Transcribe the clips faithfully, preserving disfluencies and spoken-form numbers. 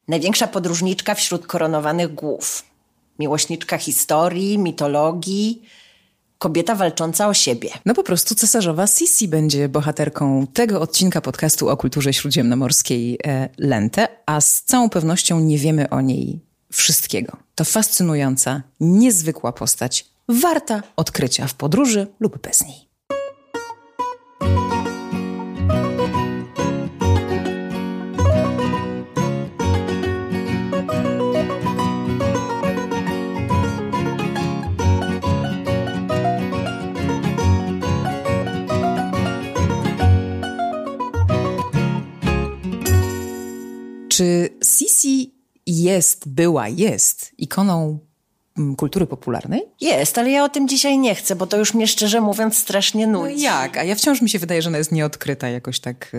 Największa podróżniczka wśród koronowanych głów. Miłośniczka historii, mitologii. Kobieta walcząca o siebie. No po prostu cesarzowa Sisi będzie bohaterką tego odcinka podcastu o kulturze śródziemnomorskiej e, Lente, a z całą pewnością nie wiemy o niej wszystkiego. To fascynująca, niezwykła postać, warta odkrycia w podróży lub bez niej. Czy Sisi jest, była, jest ikoną kultury popularnej? Jest, ale ja o tym dzisiaj nie chcę, bo to już mnie szczerze mówiąc strasznie nudzi. No jak? A ja wciąż mi się wydaje, że ona jest nieodkryta jakoś tak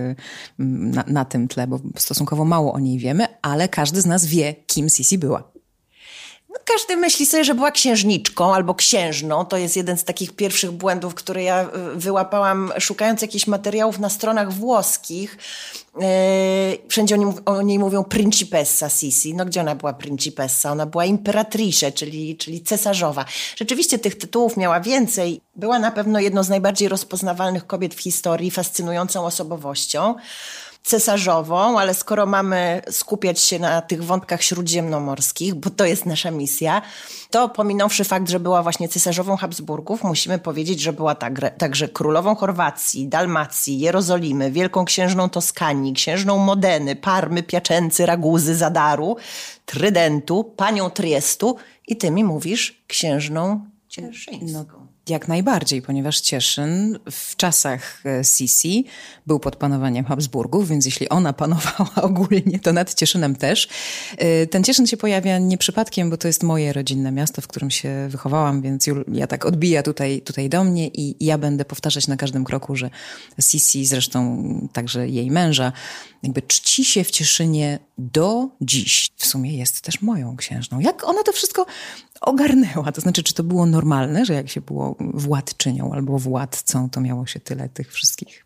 na, na tym tle, bo stosunkowo mało o niej wiemy, ale każdy z nas wie, kim Sisi była. No, każdy myśli sobie, że była księżniczką albo księżną. To jest jeden z takich pierwszych błędów, które ja wyłapałam, szukając jakichś materiałów na stronach włoskich. Yy, wszędzie oni, o niej mówią principessa Sisi. No gdzie ona była principessa? Ona była imperatrice, czyli, czyli cesarzowa. Rzeczywiście tych tytułów miała więcej. Była na pewno jedną z najbardziej rozpoznawalnych kobiet w historii, fascynującą osobowością. Cesarzową, ale skoro mamy skupiać się na tych wątkach śródziemnomorskich, bo to jest nasza misja, to pominąwszy fakt, że była właśnie cesarzową Habsburgów, musimy powiedzieć, że była także, także królową Chorwacji, Dalmacji, Jerozolimy, wielką księżną Toskanii, księżną Modeny, Parmy, Piacenzy, Raguzy, Zadaru, Trydentu, panią Triestu i ty mi mówisz księżną Cieszyńską. No. Jak najbardziej, ponieważ Cieszyn w czasach Sisi był pod panowaniem Habsburgów, więc jeśli ona panowała ogólnie, to nad Cieszynem też. Ten Cieszyn się pojawia nie przypadkiem, bo to jest moje rodzinne miasto, w którym się wychowałam, więc ja tak odbija tutaj, tutaj do mnie i ja będę powtarzać na każdym kroku, że Sisi, zresztą także jej męża, jakby czci się w Cieszynie do dziś. W sumie jest też moją księżną. Jak ona to wszystko ogarnęła? To znaczy, czy to było normalne, że jak się było władczynią albo władcą, to miało się tyle tych wszystkich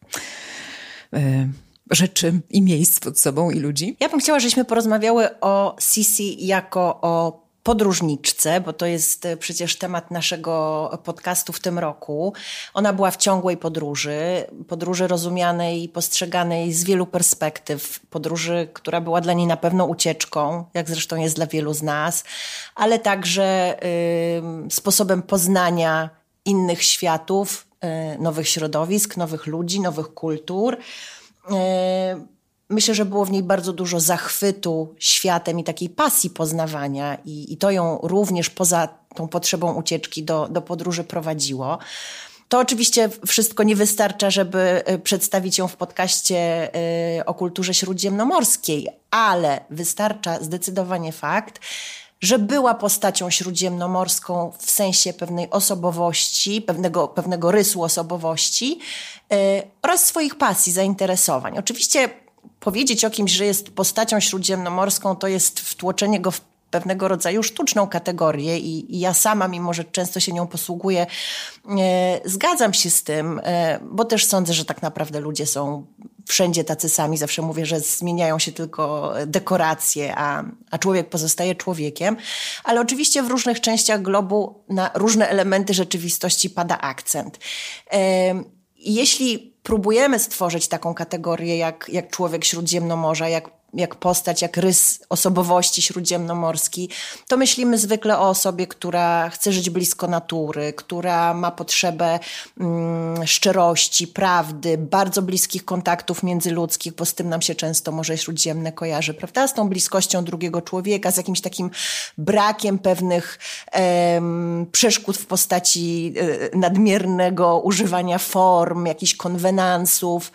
yy, rzeczy i miejsc pod sobą i ludzi? Ja bym chciała, żebyśmy porozmawiały o Sisi jako o podróżniczce, bo to jest przecież temat naszego podcastu w tym roku. Ona była w ciągłej podróży, podróży rozumianej i postrzeganej z wielu perspektyw, podróży, która była dla niej na pewno ucieczką, jak zresztą jest dla wielu z nas, ale także y, sposobem poznania innych światów, y, nowych środowisk, nowych ludzi, nowych kultur. Y, Myślę, że było w niej bardzo dużo zachwytu światem i takiej pasji poznawania i, i to ją również poza tą potrzebą ucieczki do, do podróży prowadziło. To oczywiście wszystko nie wystarcza, żeby przedstawić ją w podcaście o kulturze śródziemnomorskiej, ale wystarcza zdecydowanie fakt, że była postacią śródziemnomorską w sensie pewnej osobowości, pewnego, pewnego rysu osobowości yy, oraz swoich pasji, zainteresowań. Oczywiście powiedzieć o kimś, że jest postacią śródziemnomorską, to jest wtłoczenie go w pewnego rodzaju sztuczną kategorię i, i ja sama, mimo że często się nią posługuję, e, zgadzam się z tym, e, bo też sądzę, że tak naprawdę ludzie są wszędzie tacy sami. Zawsze mówię, że zmieniają się tylko dekoracje, a, a człowiek pozostaje człowiekiem. Ale oczywiście w różnych częściach globu na różne elementy rzeczywistości pada akcent. E, jeśli próbujemy stworzyć taką kategorię jak, jak człowiek śródziemnomorza, jak, jak postać, jak rys osobowości śródziemnomorskiej, to myślimy zwykle o osobie, która chce żyć blisko natury, która ma potrzebę mm, szczerości, prawdy, bardzo bliskich kontaktów międzyludzkich, bo z tym nam się często Morze Śródziemne kojarzy, prawda? Z tą bliskością drugiego człowieka, z jakimś takim brakiem pewnych em, przeszkód w postaci e, nadmiernego używania form, jakichś konwenansów.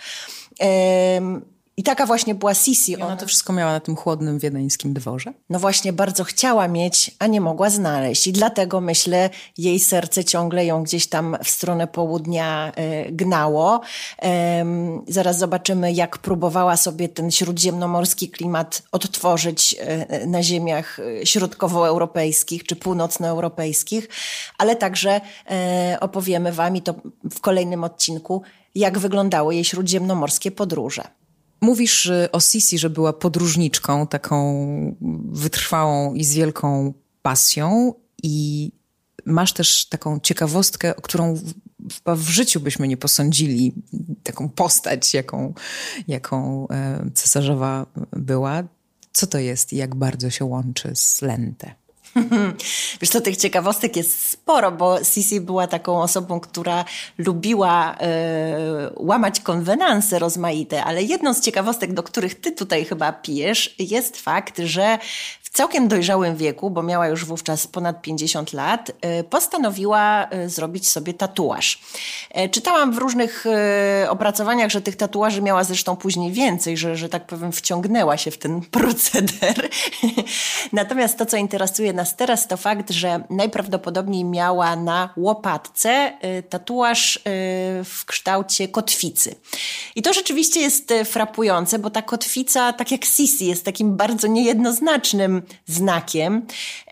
Em, I taka właśnie była Sisi. I ona to wszystko miała na tym chłodnym wiedeńskim dworze? No właśnie, bardzo chciała mieć, a nie mogła znaleźć. I dlatego, myślę, jej serce ciągle ją gdzieś tam w stronę południa y, gnało. Ym, zaraz zobaczymy, jak próbowała sobie ten śródziemnomorski klimat odtworzyć y, na ziemiach środkowoeuropejskich czy północnoeuropejskich, ale także y, opowiemy wam, i to w kolejnym odcinku, jak wyglądały jej śródziemnomorskie podróże. Mówisz o Sisi, że była podróżniczką, taką wytrwałą i z wielką pasją i masz też taką ciekawostkę, o którą w, w życiu byśmy nie posądzili, taką postać, jaką, jaką cesarzowa była. Co to jest i jak bardzo się łączy z Lente? Wiesz co, tych ciekawostek jest sporo, bo Sisi była taką osobą, która lubiła y, łamać konwenanse rozmaite, ale jedną z ciekawostek, do których ty tutaj chyba pijesz, jest fakt, że w całkiem dojrzałym wieku, bo miała już wówczas ponad pięćdziesiąt lat, postanowiła zrobić sobie tatuaż. Czytałam w różnych opracowaniach, że tych tatuaży miała zresztą później więcej, że, że tak powiem wciągnęła się w ten proceder. Natomiast to, co interesuje nas teraz, to fakt, że najprawdopodobniej miała na łopatce tatuaż w kształcie kotwicy. I to rzeczywiście jest frapujące, bo ta kotwica, tak jak Sisi, jest takim bardzo niejednoznacznym znakiem.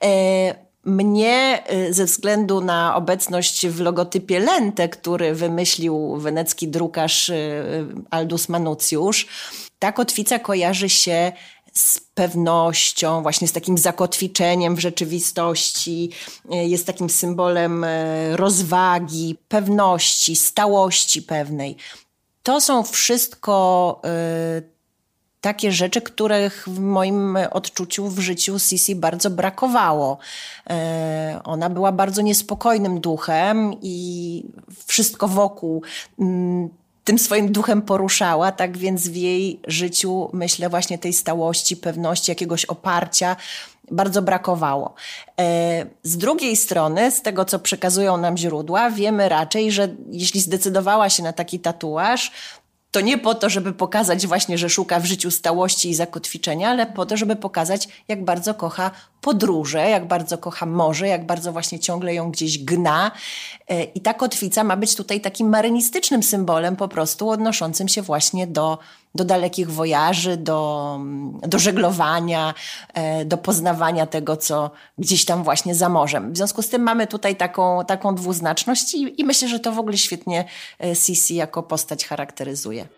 Mnie ze względu na obecność w logotypie Lente, który wymyślił wenecki drukarz Aldus Manutius, ta kotwica kojarzy się z pewnością, właśnie z takim zakotwiczeniem w rzeczywistości, jest takim symbolem rozwagi, pewności, stałości pewnej. To są wszystko takie rzeczy, których w moim odczuciu w życiu Sisi bardzo brakowało. Ona była bardzo niespokojnym duchem i wszystko wokół tym swoim duchem poruszała, tak więc w jej życiu, myślę, właśnie tej stałości, pewności, jakiegoś oparcia bardzo brakowało. Z drugiej strony, z tego, co przekazują nam źródła, wiemy raczej, że jeśli zdecydowała się na taki tatuaż, to nie po to, żeby pokazać właśnie, że szuka w życiu stałości i zakotwiczenia, ale po to, żeby pokazać, jak bardzo kocha podróże, jak bardzo kocha morze, jak bardzo właśnie ciągle ją gdzieś gna. I ta kotwica ma być tutaj takim marynistycznym symbolem po prostu odnoszącym się właśnie do, do dalekich wojaży, do, do żeglowania, do poznawania tego, co gdzieś tam właśnie za morzem. W związku z tym mamy tutaj taką, taką dwuznaczność i, i myślę, że to w ogóle świetnie Sisi jako postać charakteryzuje.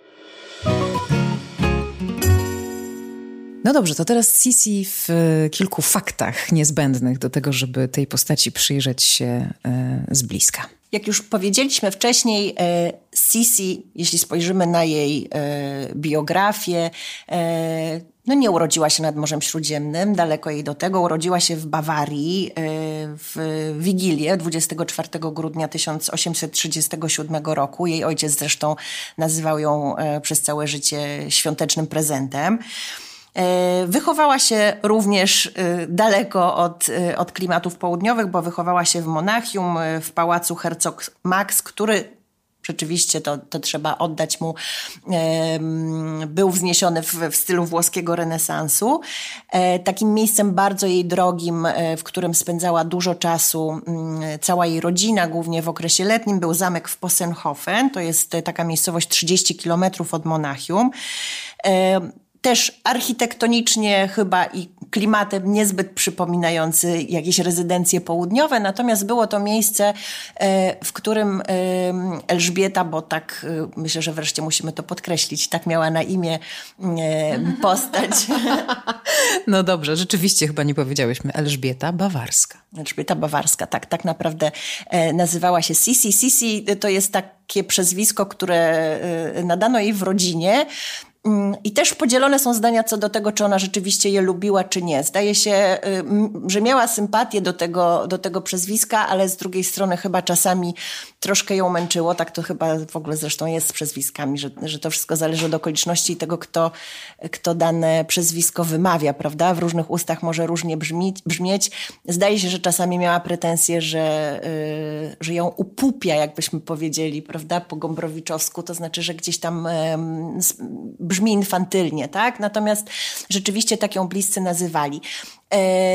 No dobrze, to teraz Sisi w kilku faktach niezbędnych do tego, żeby tej postaci przyjrzeć się z bliska. Jak już powiedzieliśmy wcześniej, Sisi, jeśli spojrzymy na jej biografię, no nie urodziła się nad Morzem Śródziemnym, daleko jej do tego. Urodziła się w Bawarii w Wigilię dwudziestego czwartego grudnia tysiąc osiemset trzydziestego siódmego roku. Jej ojciec zresztą nazywał ją przez całe życie świątecznym prezentem. Wychowała się również daleko od, od klimatów południowych, bo wychowała się w Monachium, w pałacu Herzog Max, który rzeczywiście, to, to trzeba oddać mu, był wzniesiony w, w stylu włoskiego renesansu. Takim miejscem bardzo jej drogim, w którym spędzała dużo czasu cała jej rodzina, głównie w okresie letnim, był zamek w Possenhofen. To jest taka miejscowość trzydzieści kilometrów od Monachium. Też architektonicznie chyba i klimatem niezbyt przypominający jakieś rezydencje południowe, natomiast było to miejsce, w którym Elżbieta, bo tak myślę, że wreszcie musimy to podkreślić, tak miała na imię postać. No dobrze, rzeczywiście chyba nie powiedziałyśmy Elżbieta Bawarska. Elżbieta Bawarska, tak, tak naprawdę nazywała się Sisi. Sisi to jest takie przezwisko, które nadano jej w rodzinie. I też podzielone są zdania co do tego, czy ona rzeczywiście je lubiła, czy nie. Zdaje się, że miała sympatię do tego, do tego przezwiska, ale z drugiej strony chyba czasami troszkę ją męczyło. Tak to chyba w ogóle zresztą jest z przezwiskami, że, że to wszystko zależy od okoliczności i tego, kto, kto dane przezwisko wymawia, prawda? W różnych ustach może różnie brzmieć. brzmieć. Zdaje się, że czasami miała pretensje, że, yy, że ją upupia, jakbyśmy powiedzieli, prawda? Po gombrowiczowsku, to znaczy, że gdzieś tam yy, brzmi infantylnie, tak? Natomiast rzeczywiście tak ją bliscy nazywali.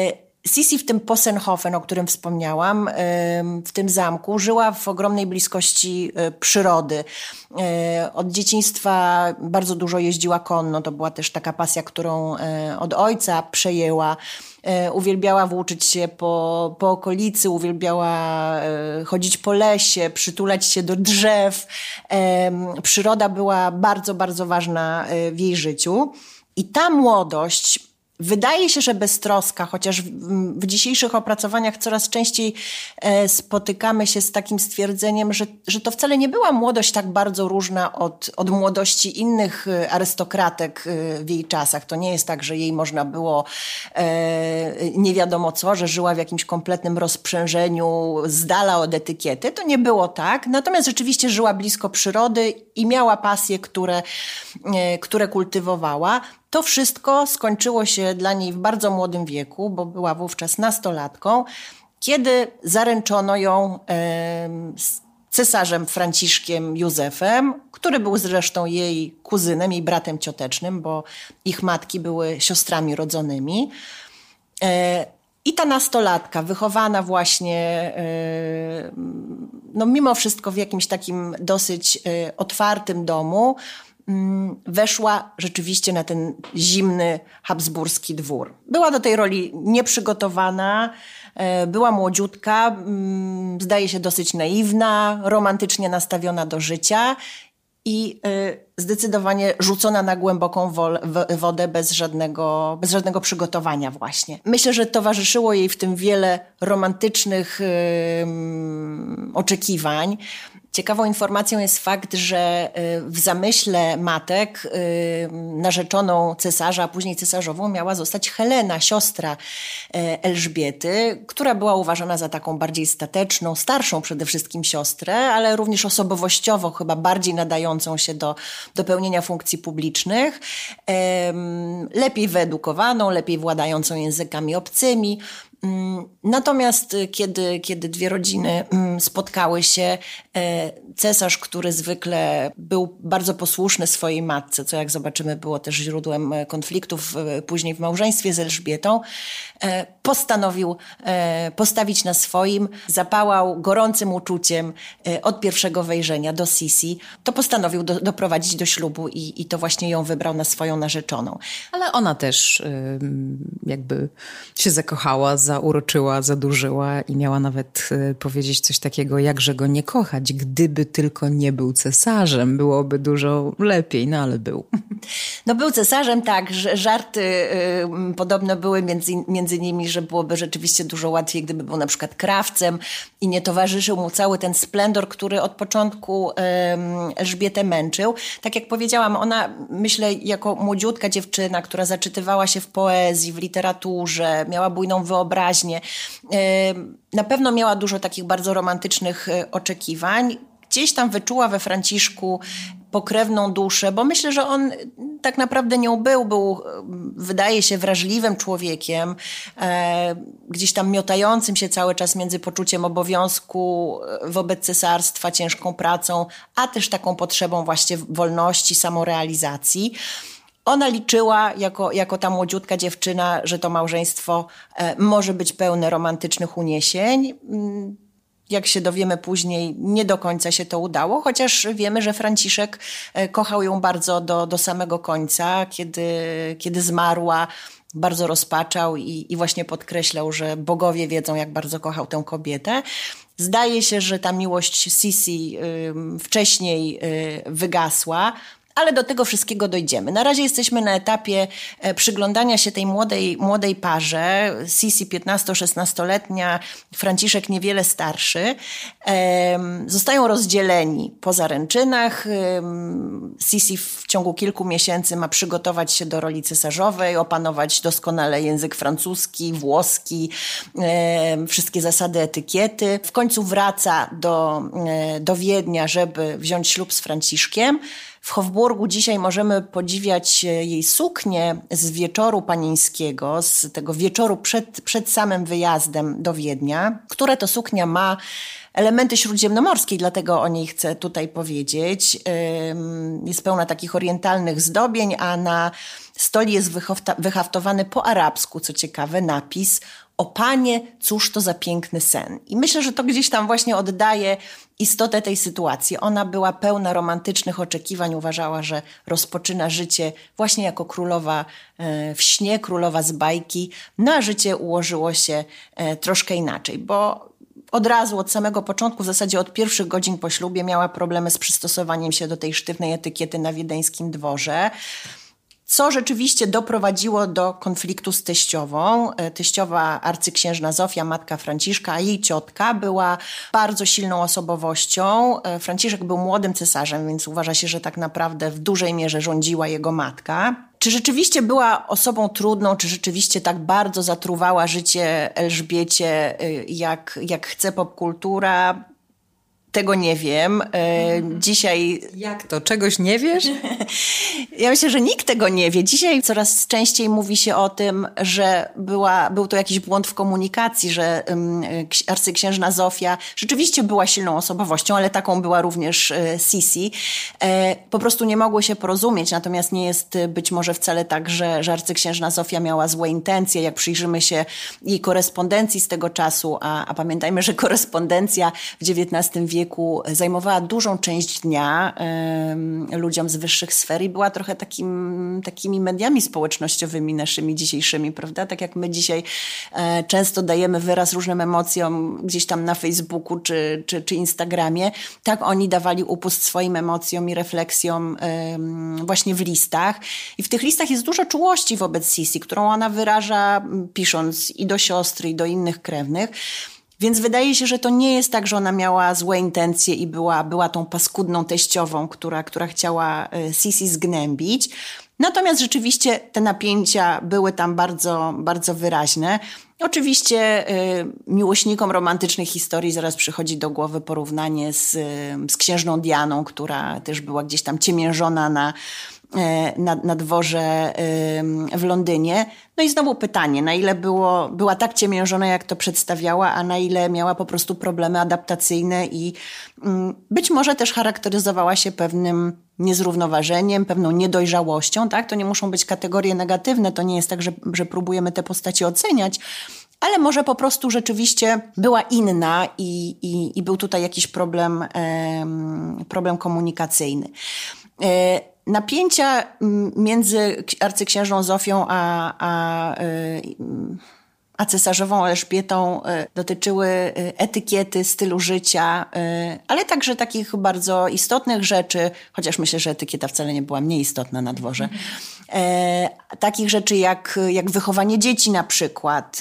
Sisi w tym Possenhofen, o którym wspomniałam, w tym zamku, żyła w ogromnej bliskości przyrody. Od dzieciństwa bardzo dużo jeździła konno. To była też taka pasja, którą od ojca przejęła. Uwielbiała włóczyć się po, po okolicy, uwielbiała chodzić po lesie, przytulać się do drzew. Przyroda była bardzo, bardzo ważna w jej życiu. I ta młodość, wydaje się, że beztroska, chociaż w, w dzisiejszych opracowaniach coraz częściej e, spotykamy się z takim stwierdzeniem, że, że to wcale nie była młodość tak bardzo różna od, od młodości innych arystokratek w jej czasach. To nie jest tak, że jej można było e, nie wiadomo co, że żyła w jakimś kompletnym rozprzężeniu, z dala od etykiety. To nie było tak. Natomiast rzeczywiście żyła blisko przyrody i miała pasje, które, e, które kultywowała. To wszystko skończyło się dla niej w bardzo młodym wieku, bo była wówczas nastolatką, kiedy zaręczono ją z cesarzem Franciszkiem Józefem, który był zresztą jej kuzynem, jej bratem ciotecznym, bo ich matki były siostrami rodzonymi. I ta nastolatka, wychowana właśnie, no mimo wszystko w jakimś takim dosyć otwartym domu, weszła rzeczywiście na ten zimny habsburski dwór. Była do tej roli nieprzygotowana, była młodziutka, zdaje się dosyć naiwna, romantycznie nastawiona do życia i zdecydowanie rzucona na głęboką wodę bez żadnego, bez żadnego przygotowania właśnie. Myślę, że towarzyszyło jej w tym wiele romantycznych oczekiwań. Ciekawą informacją jest fakt, że w zamyśle matek narzeczoną cesarza, a później cesarzową miała zostać Helena, siostra Elżbiety, która była uważana za taką bardziej stateczną, starszą przede wszystkim siostrę, ale również osobowościowo chyba bardziej nadającą się do, do pełnienia funkcji publicznych, lepiej wyedukowaną, lepiej władającą językami obcymi. Natomiast kiedy, kiedy dwie rodziny spotkały się, cesarz, który zwykle był bardzo posłuszny swojej matce, co jak zobaczymy było też źródłem konfliktów później w małżeństwie z Elżbietą, postanowił postawić na swoim, zapałał gorącym uczuciem od pierwszego wejrzenia do Sisi, to postanowił do, doprowadzić do ślubu i, i to właśnie ją wybrał na swoją narzeczoną. Ale ona też jakby się zakochała, zauroczyła, zadłużyła i miała nawet powiedzieć coś takiego, jakże go nie kochać, gdyby tylko nie był cesarzem, byłoby dużo lepiej, no ale był. No był cesarzem, tak, żarty y, podobno były między, między nimi, że byłoby rzeczywiście dużo łatwiej, gdyby był na przykład krawcem i nie towarzyszył mu cały ten splendor, który od początku y, Elżbietę męczył. Tak jak powiedziałam, ona, myślę, jako młodziutka dziewczyna, która zaczytywała się w poezji, w literaturze, miała bujną wyobraźnię, y, na pewno miała dużo takich bardzo romantycznych y, oczekiwań. Gdzieś tam wyczuła we Franciszku pokrewną duszę, bo myślę, że on tak naprawdę nią był, był, wydaje się, wrażliwym człowiekiem, e, gdzieś tam miotającym się cały czas między poczuciem obowiązku wobec cesarstwa, ciężką pracą, a też taką potrzebą właśnie wolności, samorealizacji. Ona liczyła jako, jako ta młodziutka dziewczyna, że to małżeństwo e, może być pełne romantycznych uniesień. Jak się dowiemy później, nie do końca się to udało, chociaż wiemy, że Franciszek kochał ją bardzo do, do samego końca. Kiedy, kiedy zmarła, bardzo rozpaczał i, i właśnie podkreślał, że bogowie wiedzą, jak bardzo kochał tę kobietę. Zdaje się, że ta miłość Sisi y, wcześniej y, wygasła, ale do tego wszystkiego dojdziemy. Na razie jesteśmy na etapie przyglądania się tej młodej, młodej parze. Sisi piętnasto-szesnastoletnia, Franciszek niewiele starszy. Zostają rozdzieleni po zaręczynach. Sisi w ciągu kilku miesięcy ma przygotować się do roli cesarzowej, opanować doskonale język francuski, włoski, wszystkie zasady etykiety. W końcu wraca do, do Wiednia, żeby wziąć ślub z Franciszkiem. W Hofburgu dzisiaj możemy podziwiać jej suknię z wieczoru panieńskiego, z tego wieczoru przed, przed samym wyjazdem do Wiednia, która to suknia ma elementy śródziemnomorskie, dlatego o niej chcę tutaj powiedzieć. Jest pełna takich orientalnych zdobień, a na stoli jest wyhaftowany po arabsku, co ciekawe, napis O Panie, cóż to za piękny sen. I myślę, że to gdzieś tam właśnie oddaje istotę tej sytuacji. Ona była pełna romantycznych oczekiwań, uważała, że rozpoczyna życie właśnie jako królowa w śnie, królowa z bajki, no a życie ułożyło się troszkę inaczej, bo od razu, od samego początku, w zasadzie od pierwszych godzin po ślubie miała problemy z przystosowaniem się do tej sztywnej etykiety na wiedeńskim dworze, co rzeczywiście doprowadziło do konfliktu z teściową. Teściowa arcyksiężna Zofia, matka Franciszka, a jej ciotka była bardzo silną osobowością. Franciszek był młodym cesarzem, więc uważa się, że tak naprawdę w dużej mierze rządziła jego matka. Czy rzeczywiście była osobą trudną, czy rzeczywiście tak bardzo zatruwała życie Elżbiecie, jak, jak chce popkultura? Tego nie wiem. Dzisiaj... Jak to? Czegoś nie wiesz? Ja myślę, że nikt tego nie wie. Dzisiaj coraz częściej mówi się o tym, że była, był to jakiś błąd w komunikacji, że um, arcyksiężna Zofia rzeczywiście była silną osobowością, ale taką była również e, Sisi. E, po prostu nie mogły się porozumieć, natomiast nie jest być może wcale tak, że, że arcyksiężna Zofia miała złe intencje. Jak przyjrzymy się jej korespondencji z tego czasu, a, a pamiętajmy, że korespondencja w dziewiętnastym wieku zajmowała dużą część dnia y, ludziom z wyższych sfer i była trochę takim, takimi mediami społecznościowymi naszymi dzisiejszymi, prawda? Tak jak my dzisiaj y, często dajemy wyraz różnym emocjom gdzieś tam na Facebooku czy, czy, czy Instagramie, tak oni dawali upust swoim emocjom i refleksjom y, właśnie w listach. I w tych listach jest dużo czułości wobec Sisi, którą ona wyraża pisząc i do siostry, i do innych krewnych. Więc wydaje się, że to nie jest tak, że ona miała złe intencje i była, była tą paskudną teściową, która, która chciała Sisi zgnębić. Natomiast rzeczywiście te napięcia były tam bardzo, bardzo wyraźne. Oczywiście y, miłośnikom romantycznych historii zaraz przychodzi do głowy porównanie z, y, z księżną Dianą, która też była gdzieś tam ciemiężona na, y, na, na dworze y, w Londynie. No i znowu pytanie, na ile było, była tak ciemiężona, jak to przedstawiała, a na ile miała po prostu problemy adaptacyjne i y, być może też charakteryzowała się pewnym niezrównoważeniem, pewną niedojrzałością, tak? To nie muszą być kategorie negatywne, to nie jest tak, że, że próbujemy te postacie oceniać, ale może po prostu rzeczywiście była inna i, i, i był tutaj jakiś problem, e, problem komunikacyjny. E, napięcia między arcyksiężną Zofią a, a e, a cesarzową Elżbietą dotyczyły etykiety, stylu życia, ale także takich bardzo istotnych rzeczy, chociaż myślę, że etykieta wcale nie była mniej istotna na dworze. E, takich rzeczy jak, jak wychowanie dzieci na przykład.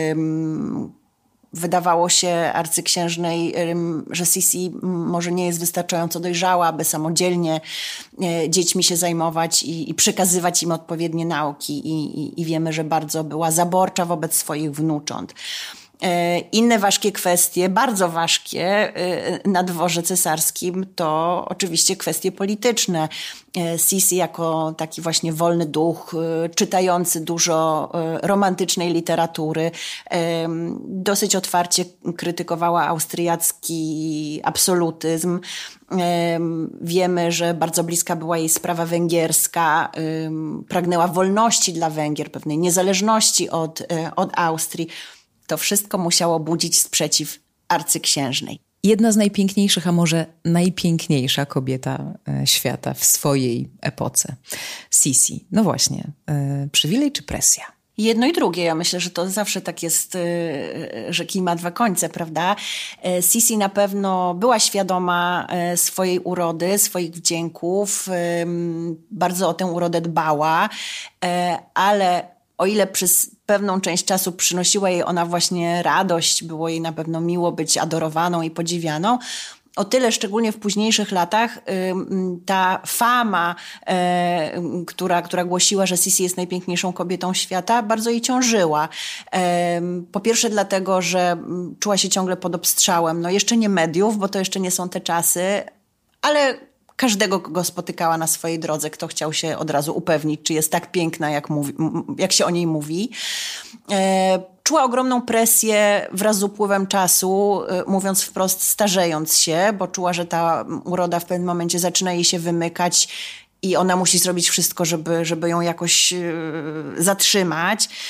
Wydawało się arcyksiężnej, że Sisi może nie jest wystarczająco dojrzała, aby samodzielnie dziećmi się zajmować i, i przekazywać im odpowiednie nauki. I, i, I wiemy, że bardzo była zaborcza wobec swoich wnucząt. Inne ważkie kwestie, bardzo ważkie na dworze cesarskim to oczywiście kwestie polityczne. Sisi jako taki właśnie wolny duch, czytający dużo romantycznej literatury, dosyć otwarcie krytykowała austriacki absolutyzm. Wiemy, że bardzo bliska była jej sprawa węgierska, pragnęła wolności dla Węgier, pewnej niezależności od, od Austrii. To wszystko musiało budzić sprzeciw arcyksiężnej. Jedna z najpiękniejszych, a może najpiękniejsza kobieta świata w swojej epoce. Sisi. No właśnie, przywilej czy presja? Jedno i drugie. Ja myślę, że to zawsze tak jest, że kij ma dwa końce, prawda? Sisi na pewno była świadoma swojej urody, swoich wdzięków. Bardzo o tę urodę dbała, ale o ile przez pewną część czasu przynosiła jej ona właśnie radość, było jej na pewno miło być adorowaną i podziwianą, o tyle szczególnie w późniejszych latach ta fama, która, która głosiła, że Sisi jest najpiękniejszą kobietą świata, bardzo jej ciążyła. Po pierwsze dlatego, że czuła się ciągle pod obstrzałem, no jeszcze nie mediów, bo to jeszcze nie są te czasy, ale każdego, kogo spotykała na swojej drodze, kto chciał się od razu upewnić, czy jest tak piękna, jak, mówi, jak się o niej mówi. Czuła ogromną presję wraz z upływem czasu, mówiąc wprost, starzejąc się, bo czuła, że ta uroda w pewnym momencie zaczyna jej się wymykać i ona musi zrobić wszystko, żeby, żeby ją jakoś zatrzymać.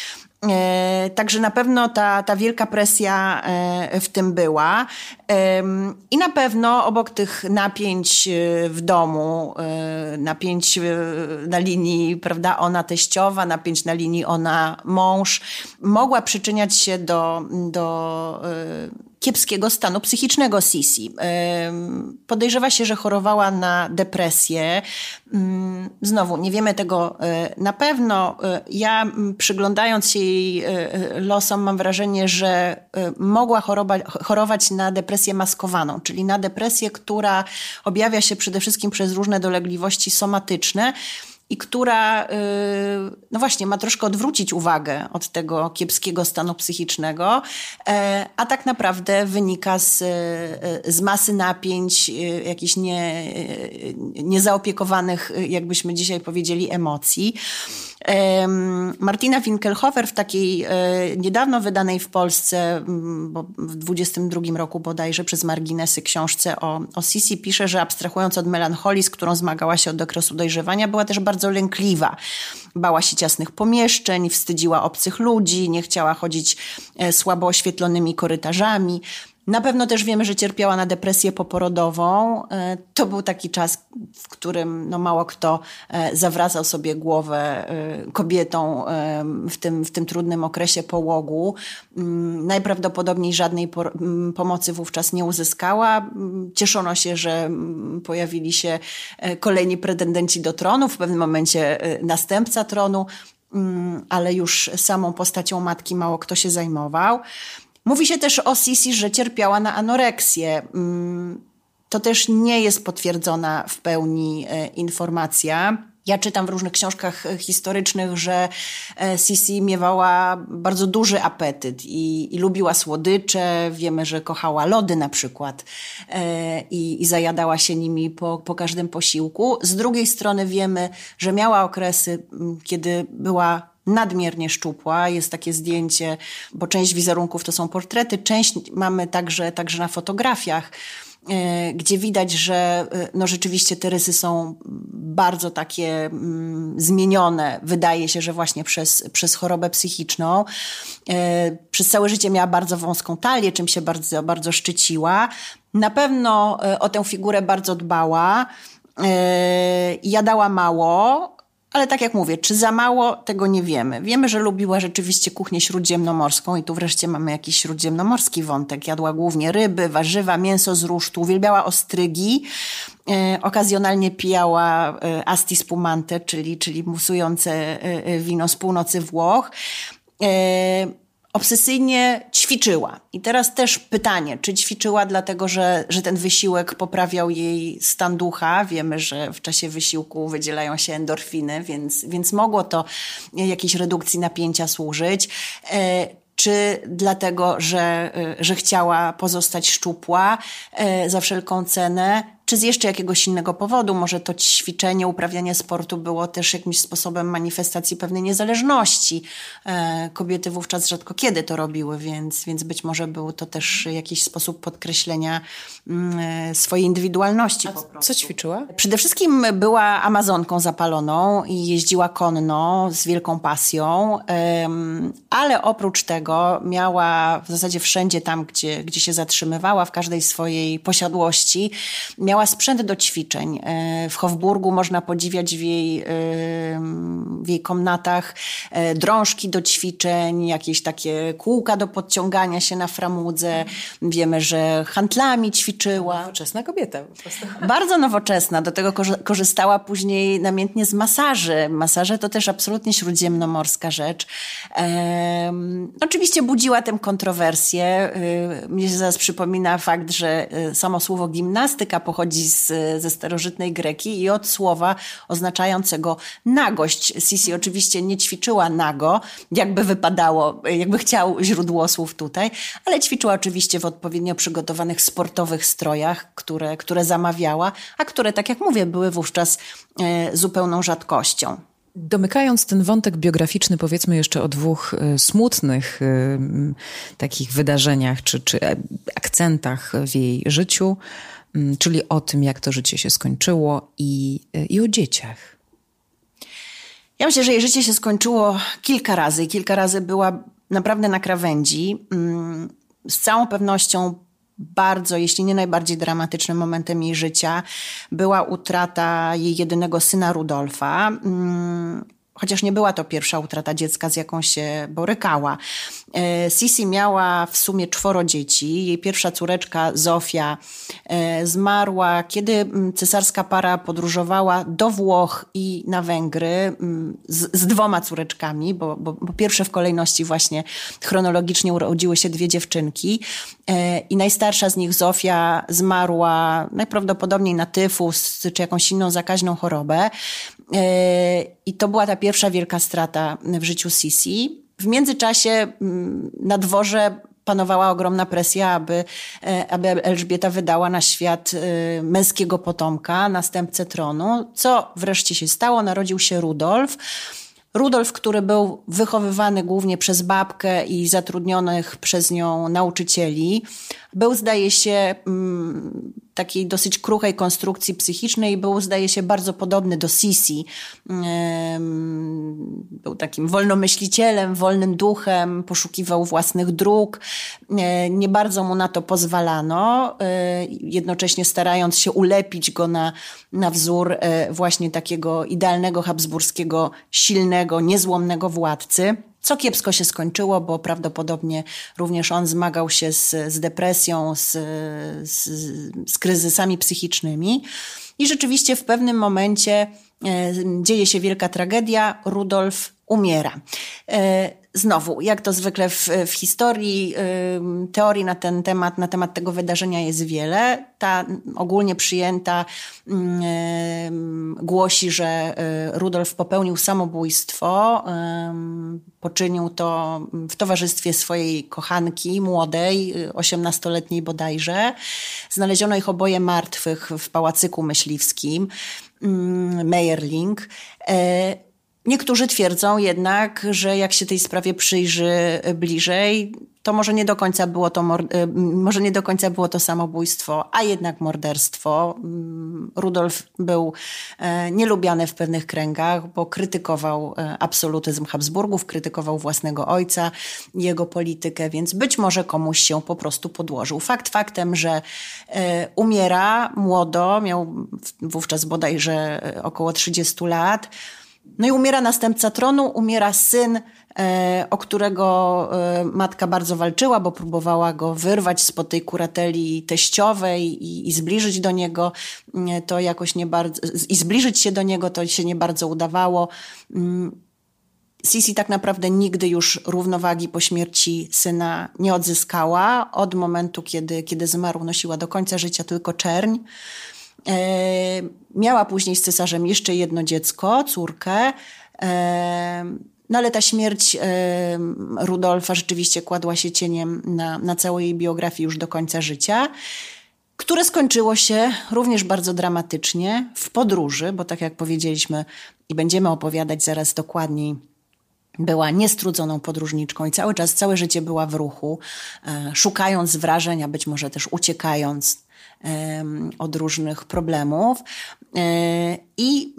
Także na pewno ta, ta wielka presja w tym była. I na pewno obok tych napięć w domu, napięć na linii, prawda, ona teściowa, napięć na linii ona mąż, mogła przyczyniać się do, do kiepskiego stanu psychicznego Sisi. Podejrzewa się, że chorowała na depresję. Znowu, nie wiemy tego na pewno. Ja, przyglądając się jej losom, mam wrażenie, że mogła chorować, chorować na depresję maskowaną, czyli na depresję, która objawia się przede wszystkim przez różne dolegliwości somatyczne i która, no właśnie, ma troszkę odwrócić uwagę od tego kiepskiego stanu psychicznego, a tak naprawdę wynika z, z masy napięć, jakichś nie, niezaopiekowanych, jakbyśmy dzisiaj powiedzieli, emocji. Martina Winkelhofer w takiej niedawno wydanej w Polsce, bo w dwudziestym drugim roku bodajże, przez Marginesy książce o, o Sisi pisze, że abstrahując od melancholii, z którą zmagała się od okresu dojrzewania, była też bardzo lękliwa. Bała się ciasnych pomieszczeń, wstydziła obcych ludzi, nie chciała chodzić słabo oświetlonymi korytarzami. Na pewno też wiemy, że cierpiała na depresję poporodową. To był taki czas, w którym no, mało kto zawracał sobie głowę kobietom w tym, w tym trudnym okresie połogu. Najprawdopodobniej żadnej pomocy wówczas nie uzyskała. Cieszono się, że pojawili się kolejni pretendenci do tronu, w pewnym momencie następca tronu, ale już samą postacią matki mało kto się zajmował. Mówi się też o Sisi, że cierpiała na anoreksję. To też nie jest potwierdzona w pełni informacja. Ja czytam w różnych książkach historycznych, że Sisi miewała bardzo duży apetyt i, i lubiła słodycze. Wiemy, że kochała lody na przykład i, i zajadała się nimi po, po każdym posiłku. Z drugiej strony wiemy, że miała okresy, kiedy była nadmiernie szczupła. Jest takie zdjęcie, bo część wizerunków to są portrety, część mamy także, także na fotografiach, gdzie widać, że no rzeczywiście te rysy są bardzo takie mm, zmienione. Wydaje się, że właśnie przez, przez chorobę psychiczną. Przez całe życie miała bardzo wąską talię, czym się bardzo, bardzo szczyciła. Na pewno o tę figurę bardzo dbała. Jadała mało. Ale tak jak mówię, czy za mało, tego nie wiemy. Wiemy, że lubiła rzeczywiście kuchnię śródziemnomorską i tu wreszcie mamy jakiś śródziemnomorski wątek. Jadła głównie ryby, warzywa, mięso z rusztu, uwielbiała ostrygi, e, okazjonalnie pijała e, asti spumante, czyli, czyli musujące e, wino z północy Włoch. E, Obsesyjnie ćwiczyła. I teraz też pytanie, czy ćwiczyła dlatego, że, że ten wysiłek poprawiał jej stan ducha? Wiemy, że w czasie wysiłku wydzielają się endorfiny, więc, więc mogło to jakiejś redukcji napięcia służyć. Czy dlatego, że, że chciała pozostać szczupła za wszelką cenę? Czy z jeszcze jakiegoś innego powodu? Może to ćwiczenie, uprawianie sportu było też jakimś sposobem manifestacji pewnej niezależności. Kobiety wówczas rzadko kiedy to robiły, więc, więc być może był to też jakiś sposób podkreślenia swojej indywidualności. A po prostu. Co ćwiczyła? Przede wszystkim była Amazonką zapaloną i jeździła konno z wielką pasją, ale oprócz tego miała w zasadzie wszędzie tam, gdzie, gdzie się zatrzymywała, w każdej swojej posiadłości, miała sprzęt do ćwiczeń. W Hofburgu można podziwiać w jej, w jej komnatach drążki do ćwiczeń, jakieś takie kółka do podciągania się na framudze. Wiemy, że handlami ćwiczyła. Nowoczesna kobieta. Po prostu. Bardzo nowoczesna. Do tego korzystała później namiętnie z masaży. Masaże to też absolutnie śródziemnomorska rzecz. Um, oczywiście budziła tę kontrowersję. Um, mnie się zaraz przypomina fakt, że samo słowo gimnastyka pochodzi z, ze starożytnej Greki i od słowa oznaczającego nagość. Sisi oczywiście nie ćwiczyła nago, jakby wypadało, jakby chciał źródło słów tutaj, ale ćwiczyła oczywiście w odpowiednio przygotowanych sportowych strojach, które, które zamawiała, a które, tak jak mówię, były wówczas e, zupełną rzadkością. Domykając ten wątek biograficzny, powiedzmy jeszcze o dwóch y, smutnych y, takich wydarzeniach czy, czy akcentach w jej życiu, y, czyli o tym, jak to życie się skończyło i, y, i o dzieciach. Ja myślę, że jej życie się skończyło kilka razy. Kilka razy była naprawdę na krawędzi. Z całą pewnością bardzo, jeśli nie najbardziej dramatycznym momentem jej życia była utrata jej jedynego syna Rudolfa. Chociaż nie była to pierwsza utrata dziecka, z jaką się borykała. Sisi miała w sumie czworo dzieci. Jej pierwsza córeczka Zofia zmarła, kiedy cesarska para podróżowała do Włoch i na Węgry z, z dwoma córeczkami, bo, bo, bo pierwsze w kolejności właśnie chronologicznie urodziły się dwie dziewczynki. I najstarsza z nich, Zofia, zmarła najprawdopodobniej na tyfus czy jakąś inną zakaźną chorobę. I to była ta pierwsza wielka strata w życiu Sisi. W międzyczasie na dworze panowała ogromna presja, aby, aby Elżbieta wydała na świat męskiego potomka, następcę tronu. Co wreszcie się stało? Narodził się Rudolf. Rudolf, który był wychowywany głównie przez babkę i zatrudnionych przez nią nauczycieli, był, zdaje się, takiej dosyć kruchej konstrukcji psychicznej, był, zdaje się, bardzo podobny do Sisi. Był takim wolnomyślicielem, wolnym duchem, poszukiwał własnych dróg. Nie bardzo mu na to pozwalano, jednocześnie starając się ulepić go na, na wzór właśnie takiego idealnego habsburskiego, silnego, niezłomnego władcy. Co kiepsko się skończyło, bo prawdopodobnie również on zmagał się z, z depresją, z, z, z kryzysami psychicznymi. I rzeczywiście w pewnym momencie e, dzieje się wielka tragedia. Rudolf umiera. E, Znowu, jak to zwykle w, w historii, y, teorii na ten temat, na temat tego wydarzenia jest wiele. Ta ogólnie przyjęta y, głosi, że y, Rudolf popełnił samobójstwo. Y, poczynił to w towarzystwie swojej kochanki, młodej, osiemnastoletniej bodajże. Znaleziono ich oboje martwych w pałacyku myśliwskim, y, Meyerling. Y, Niektórzy twierdzą jednak, że jak się tej sprawie przyjrzy bliżej, to może nie do końca było to, może nie do końca było to samobójstwo, a jednak morderstwo. Rudolf był nielubiany w pewnych kręgach, bo krytykował absolutyzm Habsburgów, krytykował własnego ojca, jego politykę, więc być może komuś się po prostu podłożył. Fakt faktem, że umiera młodo, miał wówczas bodajże około trzydziestu lat. No i umiera następca tronu, umiera syn, e, o którego e, matka bardzo walczyła, bo próbowała go wyrwać spod tej kurateli teściowej i, i zbliżyć do niego. E, to jakoś nie bardzo, i zbliżyć się do niego to się nie bardzo udawało. Mm. Sisi tak naprawdę nigdy już równowagi po śmierci syna nie odzyskała. Od momentu, kiedy, kiedy zmarł, nosiła do końca życia tylko czerń. E, miała później z cesarzem jeszcze jedno dziecko, córkę, e, no ale ta śmierć e, Rudolfa rzeczywiście kładła się cieniem na, na całej jej biografii już do końca życia, które skończyło się również bardzo dramatycznie w podróży, bo tak jak powiedzieliśmy i będziemy opowiadać zaraz dokładniej, była niestrudzoną podróżniczką i cały czas, całe życie była w ruchu, e, szukając wrażeń, a być może też uciekając od różnych problemów. I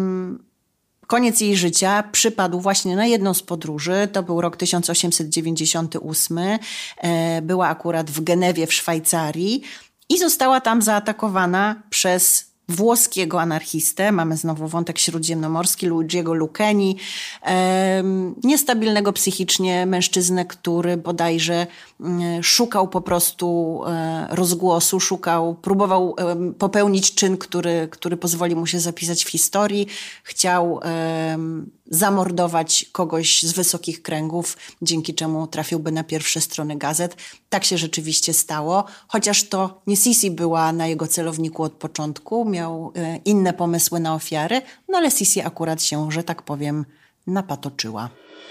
koniec jej życia przypadł właśnie na jedną z podróży. To był rok tysiąc osiemset dziewięćdziesiąty ósmy. Była akurat w Genewie w Szwajcarii i została tam zaatakowana przez włoskiego anarchistę, mamy znowu wątek śródziemnomorski, Luigiego Lucchini, e, niestabilnego psychicznie mężczyznę, który bodajże e, szukał po prostu e, rozgłosu, szukał, próbował e, popełnić czyn, który, który pozwoli mu się zapisać w historii. Chciał e, zamordować kogoś z wysokich kręgów, dzięki czemu trafiłby na pierwsze strony gazet. Tak się rzeczywiście stało, chociaż to nie Sisi była na jego celowniku od początku, miał inne pomysły na ofiary, no ale Sisi akurat się, że tak powiem, napatoczyła.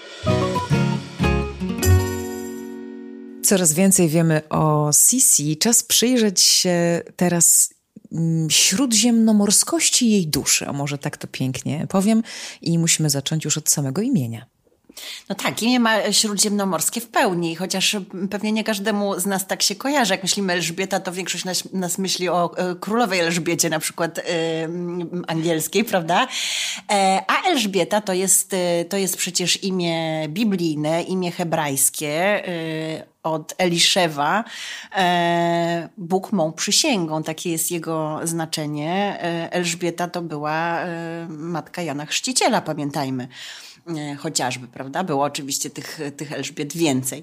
Coraz więcej wiemy o Sisi. Czas przyjrzeć się teraz śródziemnomorskości jej duszy. O, może tak to pięknie powiem. I musimy zacząć już od samego imienia. No tak, imię ma śródziemnomorskie w pełni, chociaż pewnie nie każdemu z nas tak się kojarzy. Jak myślimy Elżbieta, to większość nas, nas myśli o e, królowej Elżbiecie, na przykład e, angielskiej, prawda? E, a Elżbieta to jest, e, to jest przecież imię biblijne, imię hebrajskie, e, od Eliszewa. E, Bóg mą przysięgą, takie jest jego znaczenie. E, Elżbieta to była e, matka Jana Chrzciciela, pamiętajmy. Chociażby, prawda? Było oczywiście tych, tych Elżbiet więcej.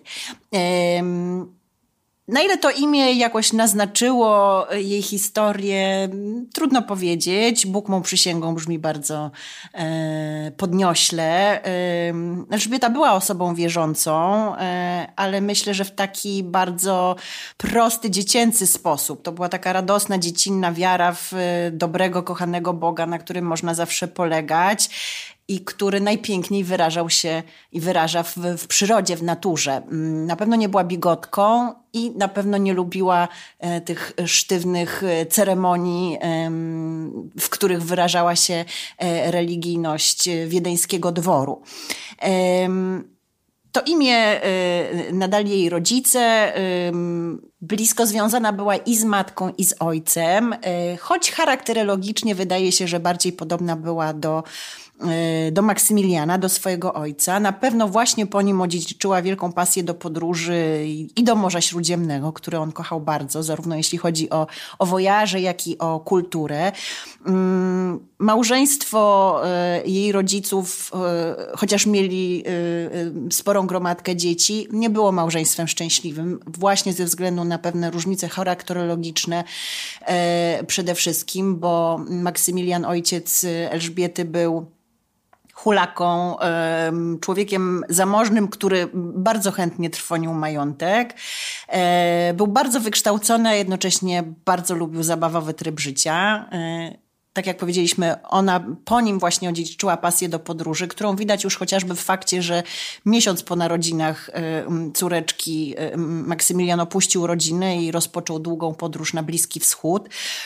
Na ile to imię jakoś naznaczyło jej historię, trudno powiedzieć. Bóg mą przysięgą brzmi bardzo e, podniośle. E, Elżbieta była osobą wierzącą, e, ale myślę, że w taki bardzo prosty, dziecięcy sposób. To była taka radosna, dziecinna wiara w dobrego, kochanego Boga, na którym można zawsze polegać. I który najpiękniej wyrażał się i wyraża w, w przyrodzie, w naturze. Na pewno nie była bigotką i na pewno nie lubiła e, tych sztywnych ceremonii, e, w których wyrażała się e, religijność wiedeńskiego dworu. E, To imię y, nadali jej rodzice. Y, blisko związana była i z matką, i z ojcem, y, choć charakterologicznie wydaje się, że bardziej podobna była do, y, do Maksymiliana, do swojego ojca. Na pewno właśnie po nim odziedziczyła wielką pasję do podróży i, i do Morza Śródziemnego, które on kochał bardzo, zarówno jeśli chodzi o, o wojaże, jak i o kulturę. Y, małżeństwo y, jej rodziców, y, chociaż mieli y, y, sporą gromadkę dzieci, nie było małżeństwem szczęśliwym, właśnie ze względu na pewne różnice charakterologiczne e, przede wszystkim, bo Maksymilian, ojciec Elżbiety, był hulaką, e, człowiekiem zamożnym, który bardzo chętnie trwonił majątek. E, był bardzo wykształcony, a jednocześnie bardzo lubił zabawowy tryb życia. E, Tak jak powiedzieliśmy, ona po nim właśnie odziedziczyła pasję do podróży, którą widać już chociażby w fakcie, że miesiąc po narodzinach córeczki Maksymilian opuścił rodzinę i rozpoczął długą podróż na Bliski Wschód.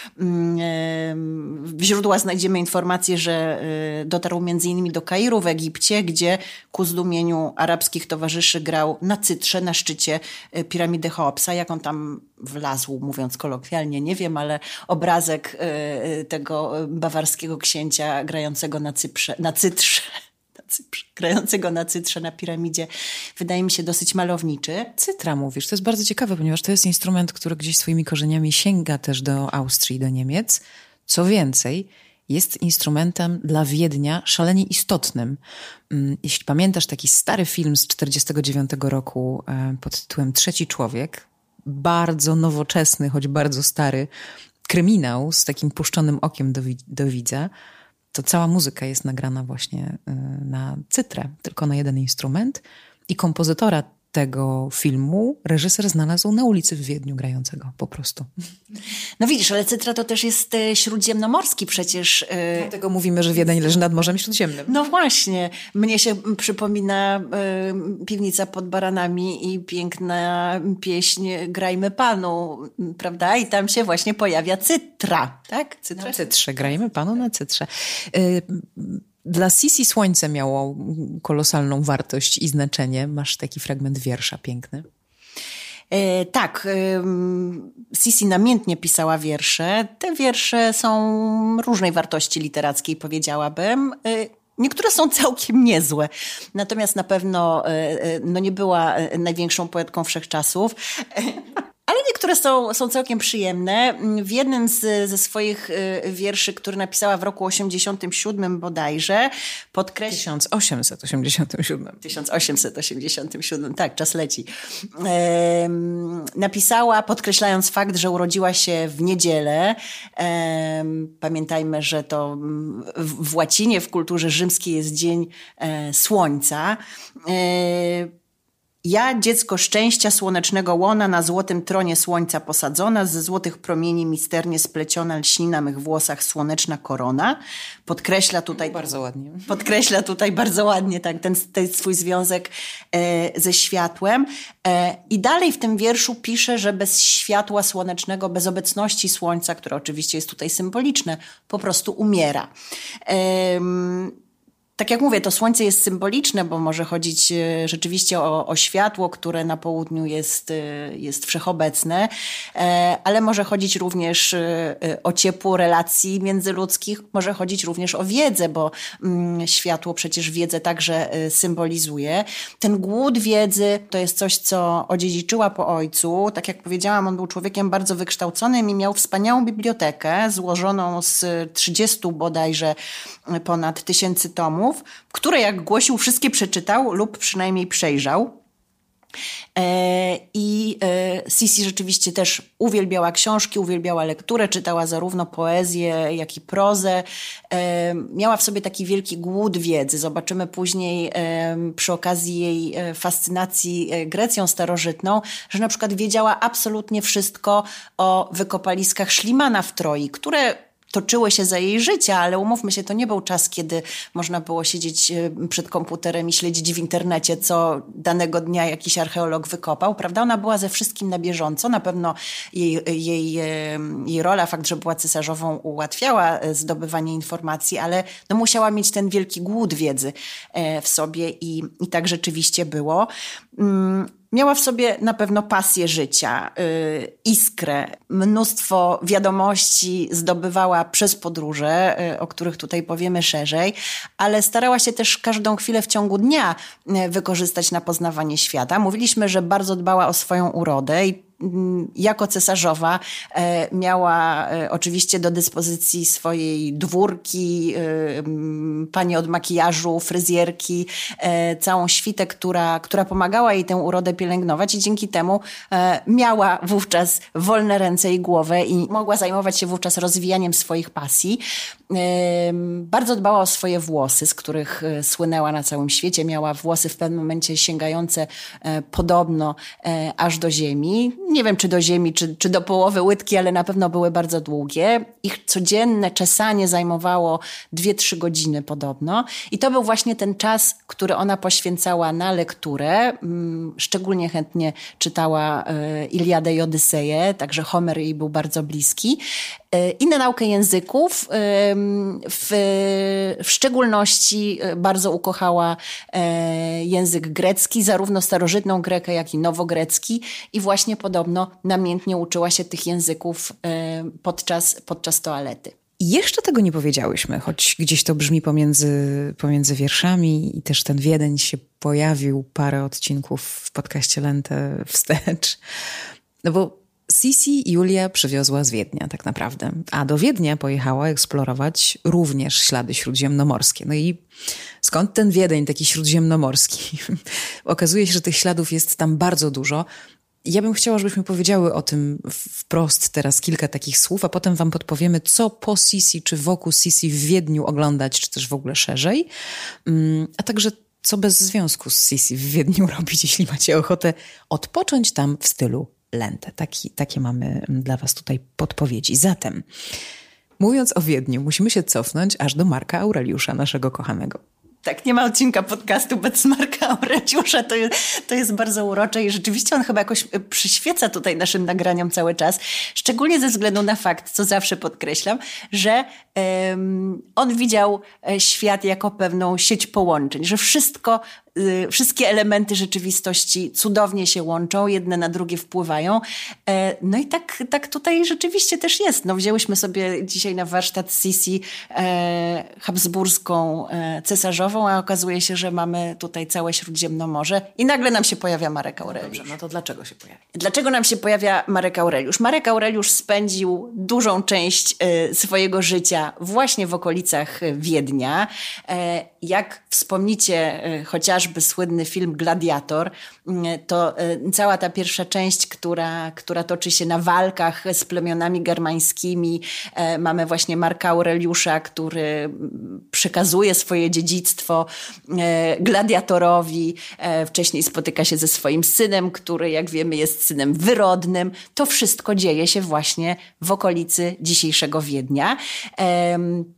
W źródłach znajdziemy informację, że dotarł między innymi do Kairu w Egipcie, gdzie ku zdumieniu arabskich towarzyszy grał na cytrze na szczycie piramidy Cheopsa. Jak on tam wlazł, mówiąc kolokwialnie, nie wiem, ale obrazek tego bawarskiego księcia grającego na cyprze, na cytrze, na cyprze, grającego na cytrze na piramidzie, wydaje mi się dosyć malowniczy. Cytra mówisz, to jest bardzo ciekawe, ponieważ to jest instrument, który gdzieś swoimi korzeniami sięga też do Austrii, do Niemiec. Co więcej, jest instrumentem dla Wiednia szalenie istotnym. Jeśli pamiętasz taki stary film z czterdziestego dziewiątego roku pod tytułem Trzeci Człowiek, bardzo nowoczesny, choć bardzo stary kryminał z takim puszczonym okiem do, do widza, to cała muzyka jest nagrana właśnie na cytrę, tylko na jeden instrument. I kompozytora tego filmu reżyser znalazł na ulicy w Wiedniu grającego po prostu. No widzisz, ale cytra to też jest śródziemnomorski przecież. Dlatego mówimy, że Wiedeń leży nad Morzem Śródziemnym. No właśnie. Mnie się przypomina y, Piwnica pod Baranami i piękna pieśń Grajmy Panu, prawda? I tam się właśnie pojawia cytra, tak? Cytra? Na cytrze, Grajmy Panu na cytrze. Y, Dla Sisi słońce miało kolosalną wartość i znaczenie. Masz taki fragment wiersza piękny. E, tak, e, Sisi namiętnie pisała wiersze. Te wiersze są różnej wartości literackiej, powiedziałabym. E, Niektóre są całkiem niezłe, natomiast na pewno no, nie była największą poetką wszechczasów. Ale niektóre są, są całkiem przyjemne. W jednym z, ze swoich wierszy, który napisała w roku osiemdziesiątym siódmym bodajże, podkreśla... tysiąc osiemset osiemdziesiątym siódmym. tysiąc osiemset osiemdziesiątym siódmym, tak, czas leci. E, napisała, podkreślając fakt, że urodziła się w niedzielę. E, pamiętajmy, że to w, w łacinie, w kulturze rzymskiej jest Dzień e, Słońca. E, Ja, dziecko szczęścia, słonecznego łona, na złotym tronie słońca posadzona, ze złotych promieni misternie spleciona, lśni na mych włosach słoneczna korona. Podkreśla tutaj... Bardzo ładnie. Podkreśla tutaj bardzo ładnie tak, ten, ten swój związek e, ze światłem. E, I dalej w tym wierszu pisze, że bez światła słonecznego, bez obecności słońca, które oczywiście jest tutaj symboliczne, po prostu umiera. E, Tak jak mówię, to słońce jest symboliczne, bo może chodzić rzeczywiście o, o światło, które na południu jest, jest wszechobecne, ale może chodzić również o ciepło relacji międzyludzkich, może chodzić również o wiedzę, bo światło przecież wiedzę także symbolizuje. Ten głód wiedzy to jest coś, co odziedziczyła po ojcu. Tak jak powiedziałam, on był człowiekiem bardzo wykształconym i miał wspaniałą bibliotekę złożoną z trzydziestu bodajże ponad tysięcy tomów, które, jak głosił, wszystkie przeczytał lub przynajmniej przejrzał. I Sisi rzeczywiście też uwielbiała książki, uwielbiała lekturę, czytała zarówno poezję, jak i prozę. Miała w sobie taki wielki głód wiedzy. Zobaczymy później przy okazji jej fascynacji Grecją starożytną, że na przykład wiedziała absolutnie wszystko o wykopaliskach Szlimana w Troi, które toczyły się za jej życia, ale umówmy się, to nie był czas, kiedy można było siedzieć przed komputerem i śledzić w internecie, co danego dnia jakiś archeolog wykopał, prawda? Ona była ze wszystkim na bieżąco. Na pewno jej, jej, jej rola, fakt, że była cesarzową, ułatwiała zdobywanie informacji, ale no musiała mieć ten wielki głód wiedzy w sobie i, i tak rzeczywiście było. Miała w sobie na pewno pasję życia, yy, iskrę, mnóstwo wiadomości zdobywała przez podróże, yy, o których tutaj powiemy szerzej, ale starała się też każdą chwilę w ciągu dnia yy, wykorzystać na poznawanie świata. Mówiliśmy, że bardzo dbała o swoją urodę i jako cesarzowa e, miała e, oczywiście do dyspozycji swojej dwórki, e, panie od makijażu, fryzjerki, e, całą świtę, która, która pomagała jej tę urodę pielęgnować i dzięki temu e, miała wówczas wolne ręce i głowę i mogła zajmować się wówczas rozwijaniem swoich pasji. E, bardzo dbała o swoje włosy, z których e, słynęła na całym świecie. Miała włosy w pewnym momencie sięgające e, podobno e, aż do ziemi. Nie wiem, czy do ziemi, czy, czy do połowy łydki, ale na pewno były bardzo długie. Ich codzienne czesanie zajmowało dwie trzy godziny podobno. I to był właśnie ten czas, który ona poświęcała na lekturę. Szczególnie chętnie czytała Iliadę i Odyseję, także Homer jej był bardzo bliski. I na naukę języków, w, w szczególności bardzo ukochała język grecki, zarówno starożytną grekę, jak i nowogrecki i właśnie podobno namiętnie uczyła się tych języków podczas, podczas toalety. I jeszcze tego nie powiedziałyśmy, choć gdzieś to brzmi pomiędzy, pomiędzy wierszami i też ten Wiedeń się pojawił parę odcinków w podcaście Lente wstecz. No bo Sisi Julia przywiozła z Wiednia tak naprawdę, a do Wiednia pojechała eksplorować również ślady śródziemnomorskie. No i skąd ten Wiedeń taki śródziemnomorski? Okazuje się, że tych śladów jest tam bardzo dużo. Ja bym chciała, żebyśmy powiedziały o tym wprost teraz kilka takich słów, a potem wam podpowiemy, co po Sisi czy wokół Sisi w Wiedniu oglądać, czy też w ogóle szerzej, a także co bez związku z Sisi w Wiedniu robić, jeśli macie ochotę odpocząć tam w stylu Lente. Taki, takie mamy dla was tutaj podpowiedzi. Zatem, mówiąc o Wiedniu, musimy się cofnąć aż do Marka Aureliusza, naszego kochanego. Tak, nie ma odcinka podcastu bez Marka Aureliusza, to jest, to jest bardzo urocze i rzeczywiście on chyba jakoś przyświeca tutaj naszym nagraniom cały czas, szczególnie ze względu na fakt, co zawsze podkreślam, że um, on widział świat jako pewną sieć połączeń, że wszystko, y, wszystkie elementy rzeczywistości cudownie się łączą, jedne na drugie wpływają. E, no i tak, tak tutaj rzeczywiście też jest. No, wzięłyśmy sobie dzisiaj na warsztat Sisi e, habsburską e, cesarzową, a okazuje się, że mamy tutaj całe Śródziemnomorze i nagle nam się pojawia Marek Aureliusz. Dobrze, no to dlaczego się pojawia? Dlaczego nam się pojawia Marek Aureliusz? Marek Aureliusz spędził dużą część e, swojego życia właśnie w okolicach Wiednia. E, jak wspomnicie e, chociażby słynny film Gladiator, e, to e, cała ta pierwsza część, która, która toczy się na walkach z plemionami germańskimi. E, mamy właśnie Marka Aureliusza, który przekazuje swoje dziedzictwo e, gladiatorowi. E, wcześniej spotyka się ze swoim synem, który, jak wiemy, jest synem wyrodnym. To wszystko dzieje się właśnie w okolicy dzisiejszego Wiednia. E,